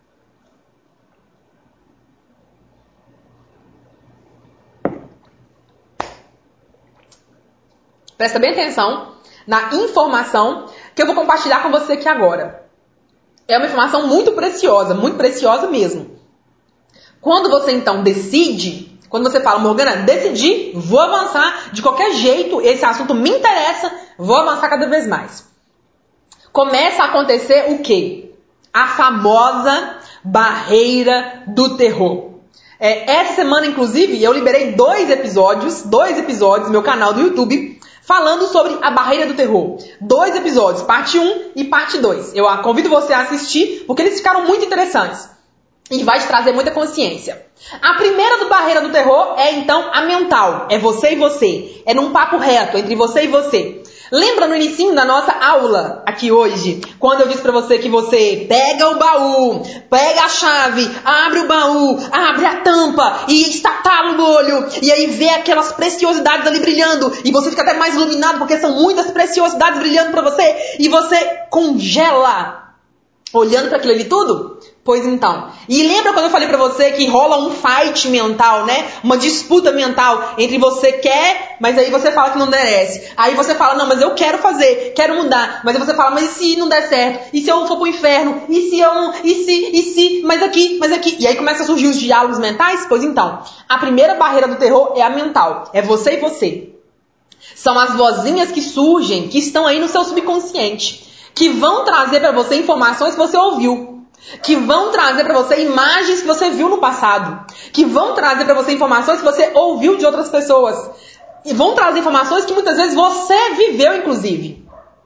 Presta bem atenção na informação que eu vou compartilhar com você aqui agora. É uma informação muito preciosa mesmo. Quando você então decide, quando você fala, Morgana, decidi, vou avançar de qualquer jeito, esse assunto me interessa, vou avançar cada vez mais. Começa a acontecer o quê? A famosa barreira do terror. Essa semana, inclusive, eu liberei dois episódios no meu canal do YouTube, falando sobre a barreira do terror. 2 episódios, parte 1 e parte 2. Eu convido você a assistir, porque eles ficaram muito interessantes. E vai te trazer muita consciência. A primeira do barreira do terror é, então, a mental. É você e você. É num papo reto, entre você e você. Lembra no início da nossa aula, aqui hoje, quando eu disse pra você que você pega o baú, pega a chave, abre o baú, abre a tampa e estatala o olho, e aí vê aquelas preciosidades ali brilhando, e você fica até mais iluminado porque são muitas preciosidades brilhando pra você, e você congela olhando para aquilo ali tudo? Pois então. E lembra quando eu falei pra você que rola um fight mental, né? Uma disputa mental entre você quer, mas aí você fala que não merece. Aí você fala, não, mas eu quero fazer, quero mudar. Mas aí você fala, mas e se não der certo? E se eu for pro inferno? E se eu não? E se? Mas aqui. E aí começa a surgir os diálogos mentais? Pois então. A primeira barreira do terror é a mental. É você e você. São as vozinhas que surgem, que estão aí no seu subconsciente, que vão trazer para você informações que você ouviu, que vão trazer para você imagens que você viu no passado, que vão trazer para você informações que você ouviu de outras pessoas, e vão trazer informações que muitas vezes você viveu, inclusive.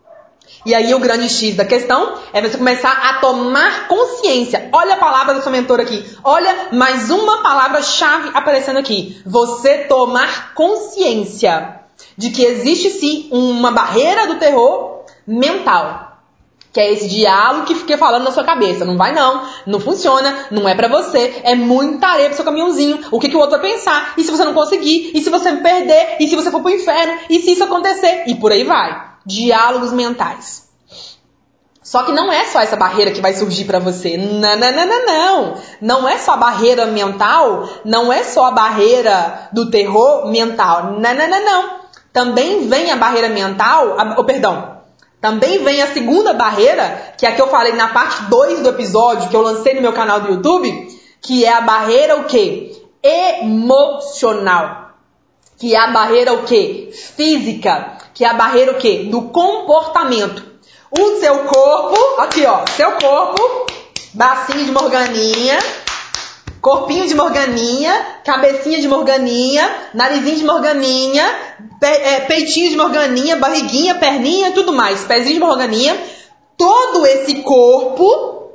E aí o grande X da questão é você começar a tomar consciência. Olha a palavra do seu mentor aqui. Olha mais uma palavra-chave aparecendo aqui. Você tomar consciência de que existe sim uma barreira do terror mental. Que é esse diálogo que fica falando na sua cabeça. Não vai não, não funciona, não é pra você, é muita areia pro seu caminhãozinho. O que o outro vai pensar? E se você não conseguir? E se você me perder? E se você for pro inferno? E se isso acontecer? E por aí vai. Diálogos mentais. Só que não é só essa barreira que vai surgir pra você. Não. Não é só a barreira mental, não é só a barreira do terror mental. Não. Também vem a barreira mental, também vem a segunda barreira, que é a que eu falei na parte 2 do episódio, que eu lancei no meu canal do YouTube, que é a barreira o quê? Emocional. Que é a barreira o quê? Física. Que é a barreira o quê? Do comportamento. O seu corpo, aqui ó, seu corpo, bacinho de morganinha, corpinho de morganinha, cabecinha de morganinha, narizinho de morganinha, peitinho de morganinha, barriguinha, perninha e tudo mais, pezinho de morganinha. Todo esse corpo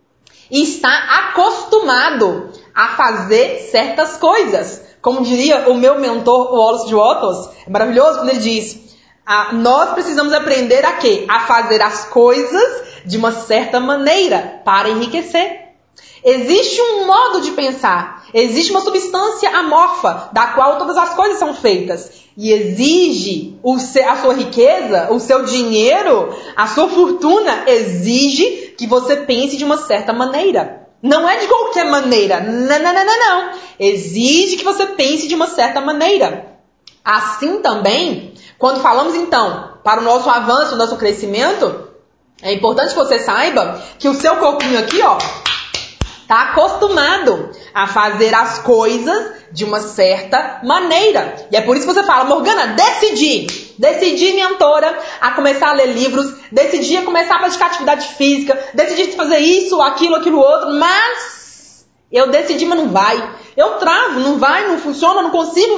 está acostumado a fazer certas coisas. Como diria o meu mentor, o Wallace de Wattos, é maravilhoso quando ele diz, nós precisamos aprender a quê? A fazer as coisas de uma certa maneira para enriquecer. Existe um modo de pensar, existe uma substância amorfa da qual todas as coisas são feitas e exige a sua riqueza, o seu dinheiro, a sua fortuna, exige que você pense de uma certa maneira. Não é de qualquer maneira, não. Exige que você pense de uma certa maneira. Assim também, quando falamos então para o nosso avanço, o nosso crescimento, é importante que você saiba que o seu corpinho aqui, ó, está acostumado a fazer as coisas de uma certa maneira. E é por isso que você fala, Morgana, decidi. decidi, mentora, a começar a ler livros, decidi a começar a praticar atividade física, decidi fazer isso, aquilo outro, mas eu decidi, mas não vai. Eu travo, não vai, não funciona, não consigo,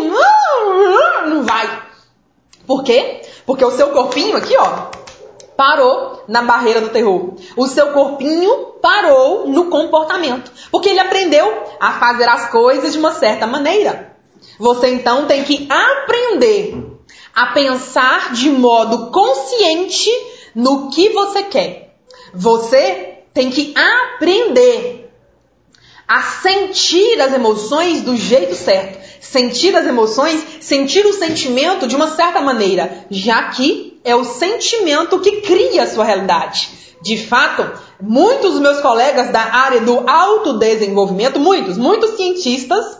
não vai. Por quê? Porque o seu corpinho aqui, ó, parou na barreira do terror. O seu corpinho parou no comportamento. Porque ele aprendeu a fazer as coisas de uma certa maneira. Você então tem que aprender a pensar de modo consciente no que você quer. Você tem que aprender a sentir as emoções do jeito certo. Sentir as emoções, sentir o sentimento de uma certa maneira, já que é o sentimento que cria a sua realidade. De fato, muitos dos meus colegas da área do autodesenvolvimento, muitos cientistas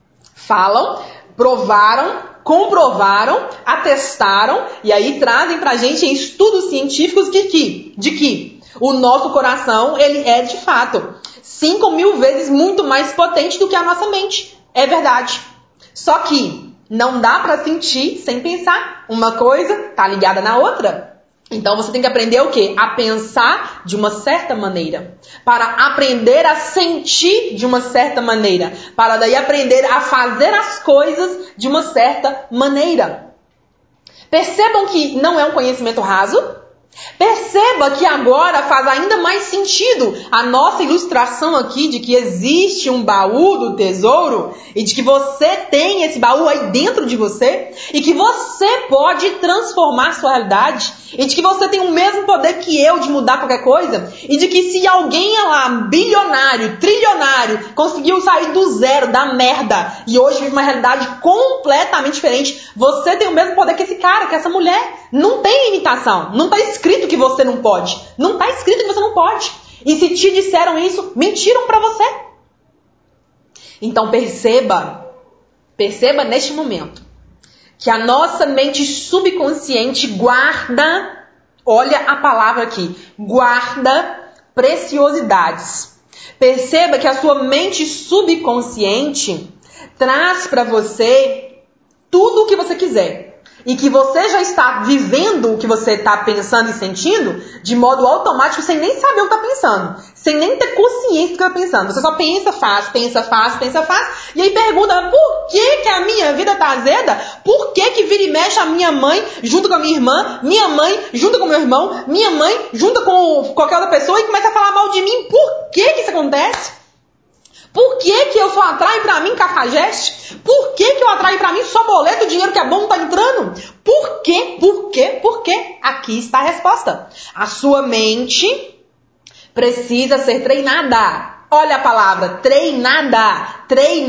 falam, provaram, comprovaram, atestaram e aí trazem pra gente em estudos científicos de que o nosso coração, ele é de fato 5.000 vezes muito mais potente do que a nossa mente. É verdade. Só que não dá pra sentir sem pensar. Uma coisa tá ligada na outra. Então você tem que aprender o quê? A pensar de uma certa maneira. Para aprender a sentir de uma certa maneira. Para daí aprender a fazer as coisas de uma certa maneira. Percebam que não é um conhecimento raso. Perceba que agora faz ainda mais sentido a nossa ilustração aqui de que existe um baú do tesouro e de que você tem esse baú aí dentro de você e que você pode transformar sua realidade e de que você tem o mesmo poder que eu de mudar qualquer coisa e de que se alguém é lá, bilionário, trilionário, conseguiu sair do zero, da merda e hoje vive uma realidade completamente diferente, você tem o mesmo poder que esse cara, que essa mulher. Não tem limitação, não está escrito que você não pode. Não está escrito que você não pode. E se te disseram isso, mentiram para você. Então perceba neste momento, que a nossa mente subconsciente guarda, olha a palavra aqui, guarda preciosidades. Perceba que a sua mente subconsciente traz para você tudo o que você quiser. E que você já está vivendo o que você está pensando e sentindo de modo automático, sem nem saber o que está pensando. Sem nem ter consciência do que está pensando. Você só pensa, faz. E aí pergunta, por que a minha vida está azeda? Por que vira e mexe a minha mãe junto com a minha irmã? Minha mãe junto com o meu irmão? Minha mãe junto com qualquer outra pessoa e começa a falar mal de mim? Por que isso acontece? Por que eu só atraio pra mim cafajeste? Por que eu atraio pra mim só boleto, o dinheiro que é bom não tá entrando? Por quê? Aqui está a resposta. A sua mente precisa ser treinada. Olha a palavra, treinada,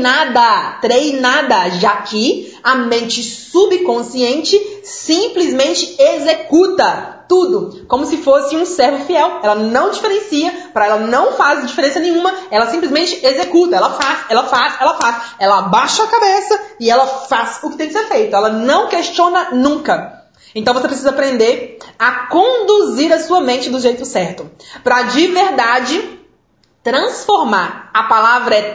já que a mente subconsciente simplesmente executa tudo, como se fosse um servo fiel. Ela não diferencia, para ela não faz diferença nenhuma, ela simplesmente executa, ela faz. Ela abaixa a cabeça e ela faz o que tem que ser feito. Ela não questiona nunca. Então você precisa aprender a conduzir a sua mente do jeito certo, para de verdade transformar. A palavra é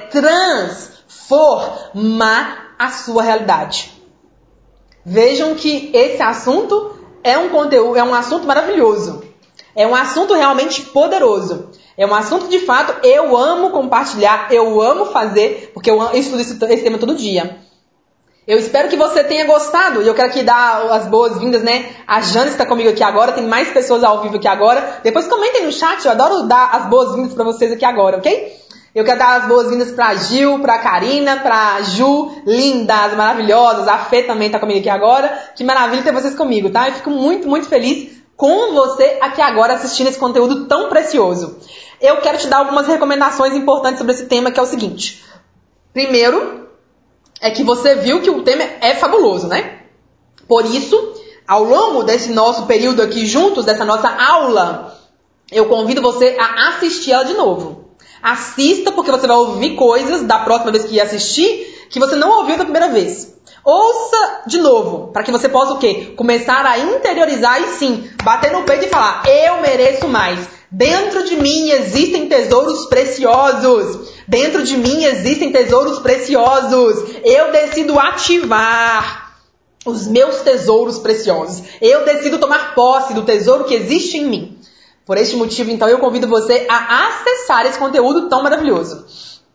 transformar a sua realidade. Vejam que esse assunto é um conteúdo, é um assunto maravilhoso. É um assunto realmente poderoso. É um assunto de fato, eu amo compartilhar, eu amo fazer, porque eu estudo esse tema todo dia. Eu espero que você tenha gostado e eu quero aqui dar as boas-vindas, né? A Jane está comigo aqui agora, tem mais pessoas ao vivo aqui agora. Depois comentem no chat, eu adoro dar as boas-vindas para vocês aqui agora, ok? Eu quero dar as boas-vindas pra Gil, pra Karina, pra Ju, lindas, maravilhosas. A Fê também tá comigo aqui agora. Que maravilha ter vocês comigo, tá? Eu fico muito, muito feliz com você aqui agora assistindo esse conteúdo tão precioso. Eu quero te dar algumas recomendações importantes sobre esse tema, que é o seguinte. Primeiro, é que você viu que o tema é fabuloso, né? Por isso, ao longo desse nosso período aqui juntos, dessa nossa aula, eu convido você a assistir ela de novo. Assista, porque você vai ouvir coisas da próxima vez que assistir que você não ouviu da primeira vez. Ouça de novo, para que você possa o quê? Começar a interiorizar e sim, bater no peito e falar, eu mereço mais. Dentro de mim existem tesouros preciosos. Dentro de mim existem tesouros preciosos. Eu decido ativar os meus tesouros preciosos. Eu decido tomar posse do tesouro que existe em mim. Por este motivo, então, eu convido você a acessar esse conteúdo tão maravilhoso.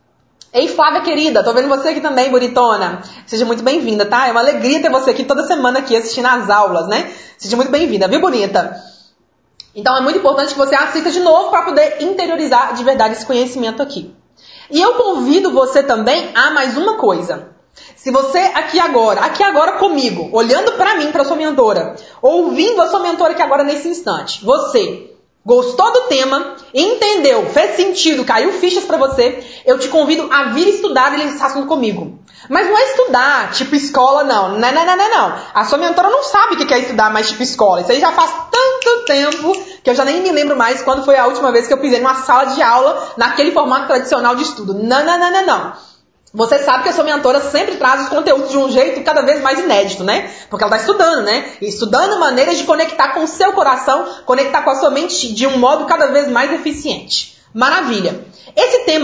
Ei, Flávia querida, tô vendo você aqui também, bonitona. Seja muito bem-vinda, tá? É uma alegria ter você aqui toda semana aqui assistindo às aulas, né? Seja muito bem-vinda, viu, bonita? Então, é muito importante que você assista de novo para poder interiorizar de verdade esse conhecimento aqui. E eu convido você também a mais uma coisa. Se você aqui agora comigo, olhando para mim, para sua mentora, ouvindo a sua mentora aqui agora nesse instante, você gostou do tema, entendeu, fez sentido, caiu fichas para você, eu te convido a vir estudar esse assunto comigo. Mas não é estudar tipo escola, não. Não. A sua mentora não sabe o que é estudar mais tipo escola. Isso aí já faz tanto tempo que eu já nem me lembro mais quando foi a última vez que eu pisei numa sala de aula naquele formato tradicional de estudo. Não. Você sabe que a sua mentora sempre traz os conteúdos de um jeito cada vez mais inédito, né? Porque ela está estudando, né? E estudando maneiras de conectar com o seu coração, conectar com a sua mente de um modo cada vez mais eficiente. Maravilha! Esse tema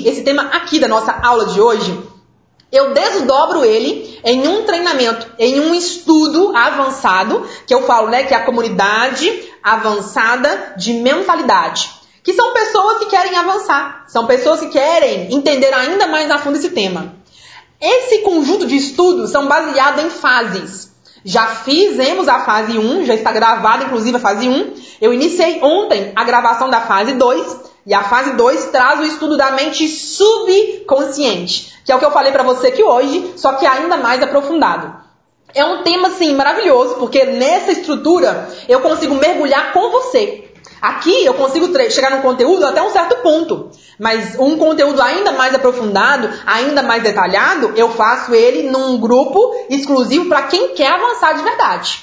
aqui da nossa aula de hoje, eu desdobro ele em um treinamento, em um estudo avançado, que eu falo, né? Que é a comunidade avançada de mentalidade. Que são pessoas que querem avançar, são pessoas que querem entender ainda mais a fundo esse tema. Esse conjunto de estudos são baseados em fases. Já fizemos a fase 1, já está gravada inclusive a fase 1. Eu iniciei ontem a gravação da fase 2, e a fase 2 traz o estudo da mente subconsciente, que é o que eu falei para você aqui hoje, só que ainda mais aprofundado. É um tema, assim, maravilhoso, porque nessa estrutura eu consigo mergulhar com você. Aqui eu consigo chegar num conteúdo até um certo ponto, mas um conteúdo ainda mais aprofundado, ainda mais detalhado, eu faço ele num grupo exclusivo para quem quer avançar de verdade.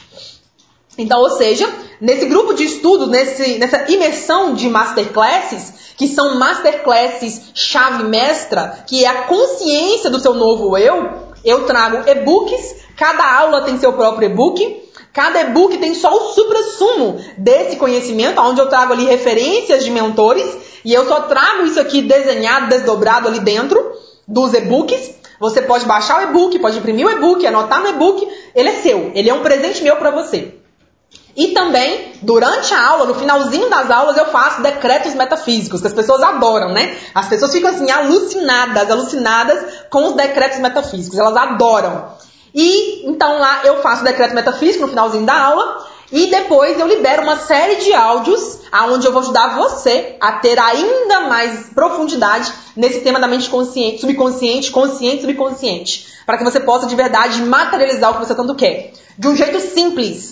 Então, ou seja, nesse grupo de estudos, nessa imersão de masterclasses, que são masterclasses chave mestra, que é a consciência do seu novo eu trago e-books, cada aula tem seu próprio e-book. Cada e-book tem só o suprassumo desse conhecimento, onde eu trago ali referências de mentores, e eu só trago isso aqui desenhado, desdobrado ali dentro dos e-books. Você pode baixar o e-book, pode imprimir o e-book, anotar no e-book, ele é seu, ele é um presente meu para você. E também, durante a aula, no finalzinho das aulas, eu faço decretos metafísicos, que as pessoas adoram, né? As pessoas ficam assim alucinadas com os decretos metafísicos, elas adoram. E então lá eu faço o decreto metafísico no finalzinho da aula e depois eu libero uma série de áudios onde eu vou ajudar você a ter ainda mais profundidade nesse tema da mente consciente, subconsciente, consciente, subconsciente, para que você possa de verdade materializar o que você tanto quer. De um jeito simples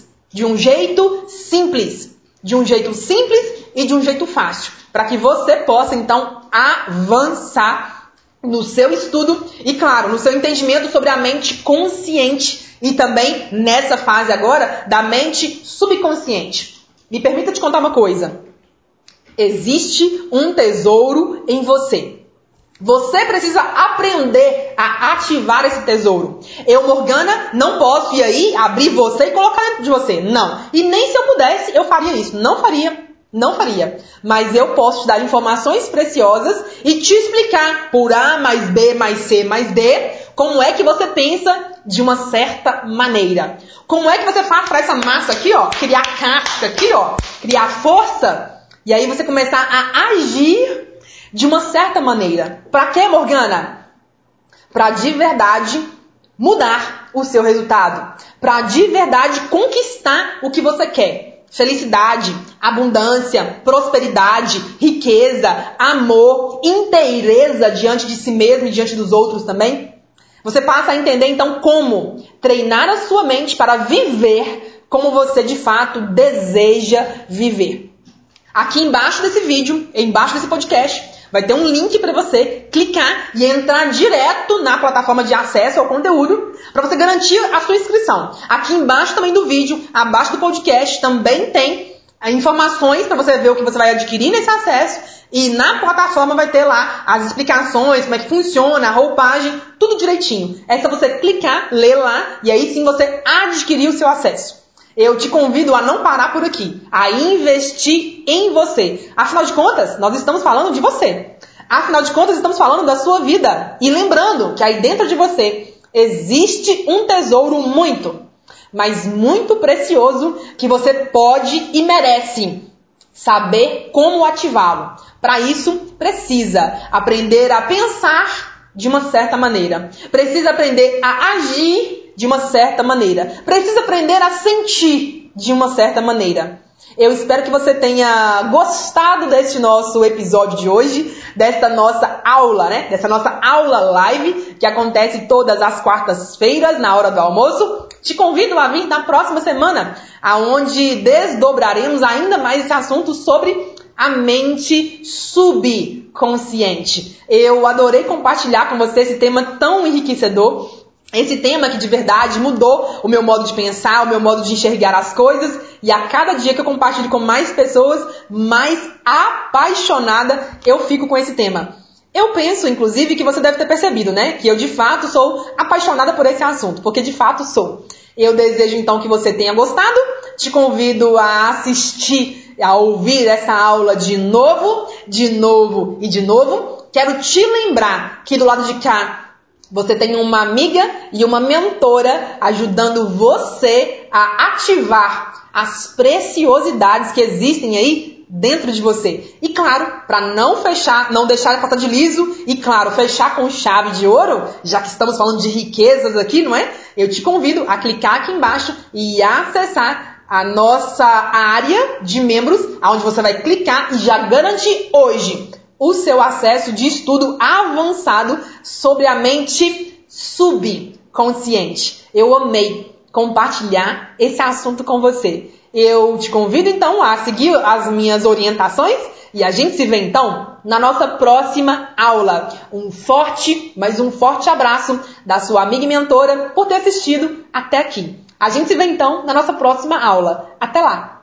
e de um jeito fácil, para que você possa então avançar no seu estudo e, claro, no seu entendimento sobre a mente consciente e também, nessa fase agora, da mente subconsciente. Me permita te contar uma coisa. Existe um tesouro em você. Você precisa aprender a ativar esse tesouro. Eu, Morgana, não posso ir aí, abrir você e colocar dentro de você. Não. E nem se eu pudesse, eu faria isso. Não faria. Mas eu posso te dar informações preciosas e te explicar por A mais B mais C mais D como é que você pensa de uma certa maneira. Como é que você faz para essa massa aqui, ó, criar casca aqui, ó, criar força e aí você começar a agir de uma certa maneira. Para quê, Morgana? Para de verdade mudar o seu resultado. Para de verdade conquistar o que você quer. Felicidade, abundância, prosperidade, riqueza, amor, inteireza diante de si mesmo e diante dos outros também. Você passa a entender então como treinar a sua mente para viver como você de fato deseja viver. Aqui embaixo desse vídeo, embaixo desse podcast, vai ter um link para você clicar e entrar direto na plataforma de acesso ao conteúdo para você garantir a sua inscrição. Aqui embaixo também do vídeo, abaixo do podcast, também tem informações para você ver o que você vai adquirir nesse acesso. E na plataforma vai ter lá as explicações, como é que funciona, a roupagem, tudo direitinho. É só você clicar, ler lá e aí sim você adquirir o seu acesso. Eu te convido a não parar por aqui, a investir em você. Afinal de contas, nós estamos falando de você. Afinal de contas, estamos falando da sua vida. E lembrando que aí dentro de você existe um tesouro muito, mas muito precioso que você pode e merece saber como ativá-lo. Para isso, precisa aprender a pensar de uma certa maneira. Precisa aprender a agir de uma certa maneira. Precisa aprender a sentir de uma certa maneira. Eu espero que você tenha gostado deste nosso episódio de hoje, desta nossa aula, né? Dessa nossa aula live, que acontece todas as quartas-feiras, na hora do almoço. Te convido a vir na próxima semana, aonde desdobraremos ainda mais esse assunto sobre a mente subconsciente. Eu adorei compartilhar com você esse tema tão enriquecedor. Esse tema que de verdade mudou o meu modo de pensar, o meu modo de enxergar as coisas. E a cada dia que eu compartilho com mais pessoas, mais apaixonada eu fico com esse tema. Eu penso, inclusive, que você deve ter percebido, né? Que eu de fato sou apaixonada por esse assunto, porque de fato sou. Eu desejo então que você tenha gostado. Te convido a assistir, a ouvir essa aula de novo e de novo. Quero te lembrar que do lado de cá você tem uma amiga e uma mentora ajudando você a ativar as preciosidades que existem aí dentro de você. E claro, para não deixar passar de liso e claro, fechar com chave de ouro, já que estamos falando de riquezas aqui, não é? Eu te convido a clicar aqui embaixo e acessar a nossa área de membros, onde você vai clicar e já garantir hoje o seu acesso de estudo avançado sobre a mente subconsciente. Eu amei compartilhar esse assunto com você. Eu te convido então a seguir as minhas orientações e a gente se vê então na nossa próxima aula. Um forte abraço da sua amiga e mentora por ter assistido até aqui. A gente se vê então na nossa próxima aula. Até lá!